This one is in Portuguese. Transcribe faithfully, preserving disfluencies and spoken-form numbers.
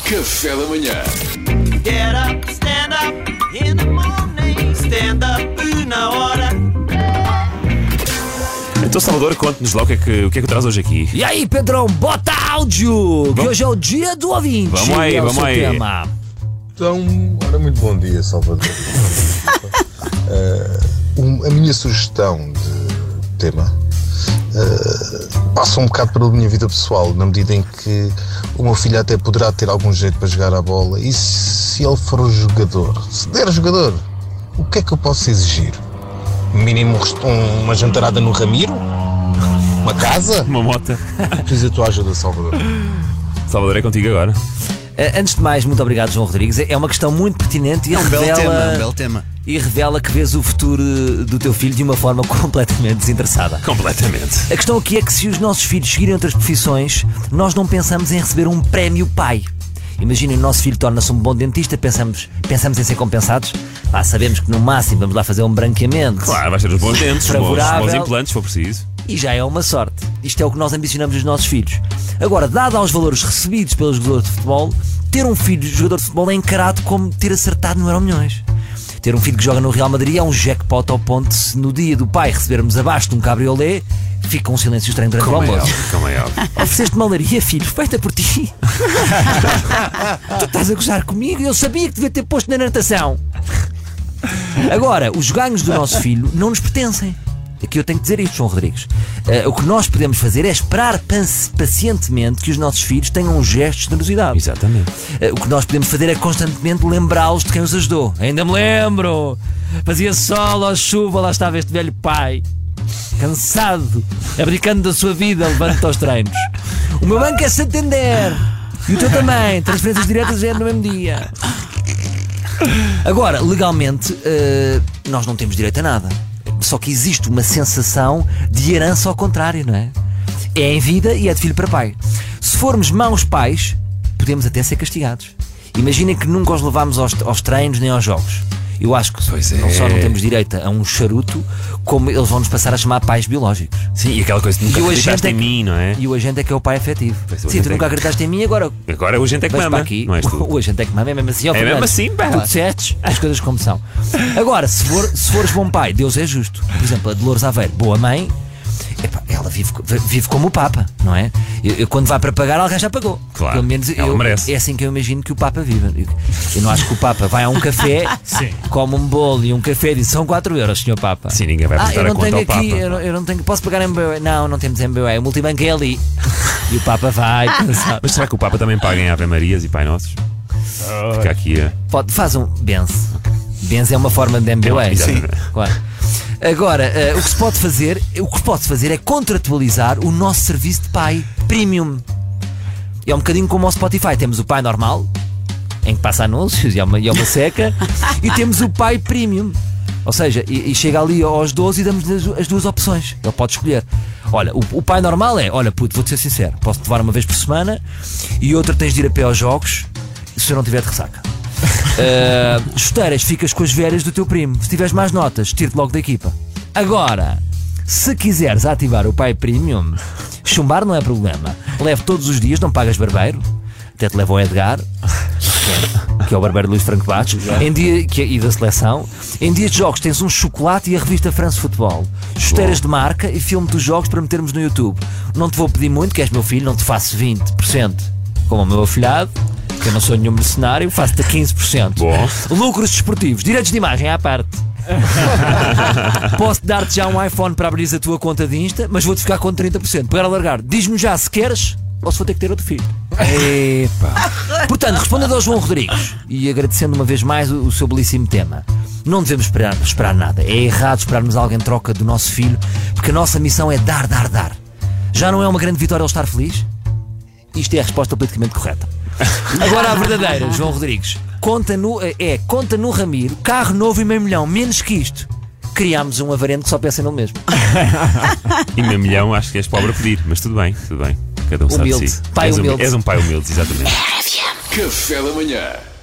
Café da manhã. Get up, stand up in the morning. Stand up na hora. Então, Salvador, conte-nos lá o que, é que, o que é que traz hoje aqui. E aí, Pedrão, bota áudio! Que hoje é o dia do ouvinte. Vamos aí, é o vamos seu aí. tema. Então, ora, muito bom dia, Salvador. uh, um, a minha sugestão de tema uh, passa um bocado pela minha vida pessoal, na medida em que o meu filho até poderá ter algum jeito para jogar a bola. E se ele for um jogador, se der jogador, o que é que eu posso exigir? Mínimo um, uma jantarada no Ramiro? Uma casa? Uma mota. Preciso da tua ajuda, Salvador. Salvador, é contigo agora. Uh, Antes de mais, muito obrigado, João Rodrigues. É uma questão muito pertinente e É um belo revela, tema, um belo tema. e revela que vês o futuro do teu filho de uma forma completamente desinteressada. Completamente. A questão aqui é que se os nossos filhos seguirem outras profissões, nós não pensamos em receber um prémio pai. Imaginem, o nosso filho torna-se um bom dentista, pensamos, pensamos em ser compensados. Lá sabemos que no máximo vamos lá fazer um branqueamento. Claro, vais ter os bons dentes, os bons, os Favorável. bons implantes, se for preciso. E já é uma sorte. Isto é o que nós ambicionamos dos nossos filhos. Agora, dado aos valores recebidos pelos jogadores de futebol, ter um filho jogador de futebol é encarado como ter acertado no Euromilhões. Ter um filho que joga no Real Madrid é um jackpot ao ponto de, se no dia do pai recebermos abaixo de um cabriolé, fica um silêncio estranho durante Como o é almoço. óbvio, como é óbvio. Ofereceste uma olaria, filho, feita por ti. Tu estás a gozar comigo e eu sabia que devia ter posto na natação. Agora, os ganhos do nosso filho não nos pertencem. Aqui eu tenho que dizer isto, João Rodrigues. Uh, o que nós podemos fazer é esperar pacientemente que os nossos filhos tenham um gesto de generosidade. Exatamente. Uh, o que nós podemos fazer é constantemente lembrá-los de quem os ajudou. Ainda me lembro! Fazia sol ou chuva, lá estava este velho pai, cansado, abdicando da sua vida, levando-te aos treinos. O meu banco é Santander. E o teu também. Transferências diretas é no mesmo dia. Agora, legalmente, uh, nós não temos direito a nada. Só que existe uma sensação de herança ao contrário, não é? É em vida e é de filho para pai. Se formos maus pais, podemos até ser castigados. Imaginem que nunca os levámos aos, aos treinos nem aos jogos. Eu acho que Pois não é. só não temos direito a um charuto, como eles vão nos passar a chamar pais biológicos. Sim, e aquela coisa de nunca E o acreditaste agente em é que- mim, não é? E o agente é que é o pai afetivo. Pois, o Sim, agente tu é nunca que- acreditaste em mim, agora Agora o gente é que vais mama, para aqui. não és tu? O agente é que mama, é mesmo assim. ó, É mesmo Fernandes. assim, pá. Tu disseste as coisas como são. Agora, se, for, se fores bom pai, Deus é justo. Por exemplo, a Dolores Aveiro, boa mãe, epá, ela vive, vive como o Papa, não é? Eu, eu, quando vai para pagar, alguém já pagou. Claro, Pelo menos ela eu, merece. é assim que eu imagino que o Papa vive. Eu, eu não acho que o Papa vai a um café, come um bolo e um café e diz: são quatro euros, senhor Papa. Sim, ninguém vai Ah, prestar eu a não conta tenho ao aqui, Papa. eu não, eu não tenho, posso pagar em M B W E? Não, não temos M B W E, o multibanco é ali. E o Papa vai, pensar. Mas será que o Papa também paga em Ave Marias e Pai Nossos? Fica aqui a... Pode, faz um Benz. Benz é uma forma de M B W E. É, sim. Claro. Agora, eh, o que se pode fazer, o que se pode fazer é contratualizar o nosso serviço de pai premium. É um bocadinho como o Spotify. Temos o pai normal, em que passa anúncios e é uma, e é uma seca, e temos o pai premium. Ou seja, e, e chega ali aos doze e damos as, as duas opções. Ele pode escolher. Olha, o, o pai normal é: olha, puto, vou-te ser sincero, posso-te levar uma vez por semana, e outra tens de ir a pé aos jogos se eu não tiver de ressaca. Uh, chuteiras, ficas com as velhas do teu primo. Se tiveres mais notas, tiro-te logo da equipa. Agora, se quiseres ativar o pai premium, chumbar não é problema. Leve todos os dias, não pagas barbeiro. Até te leva ao Edgar, que é, que é o barbeiro Luís Franco Bastos, em dia, que é, e da seleção. Em dias de jogos tens um chocolate e a revista France Futebol. Chuteiras de marca e filme dos jogos para metermos no YouTube. Não te vou pedir muito, que és meu filho, não te faço vinte por cento como o meu afilhado, que eu não sou nenhum mercenário, faço-te quinze por cento. Bom. Lucros desportivos, direitos de imagem à parte. Posso dar-te já um iPhone para abrir a tua conta de Insta, mas vou-te ficar com trinta por cento. Para alargar, diz-me já se queres ou se vou ter que ter outro filho. Epa. Portanto, respondendo ao João Rodrigues e agradecendo uma vez mais o, o seu belíssimo tema, não devemos esperar, esperar nada. É errado esperarmos algo em troca do nosso filho, porque a nossa missão é dar, dar, dar. Já não é uma grande vitória ele estar feliz? Isto é a resposta politicamente correta. Agora a verdadeira, João Rodrigues. Conta no, é conta no Ramiro, carro novo e meio milhão, menos que isto. Criámos um avarento que só pensa nele mesmo. E meio milhão acho que és pobre a pedir, mas tudo bem, tudo bem. Cada um sabe de Humilde. si. Pai és, um, humilde. és um pai humilde, exatamente. Café da manhã.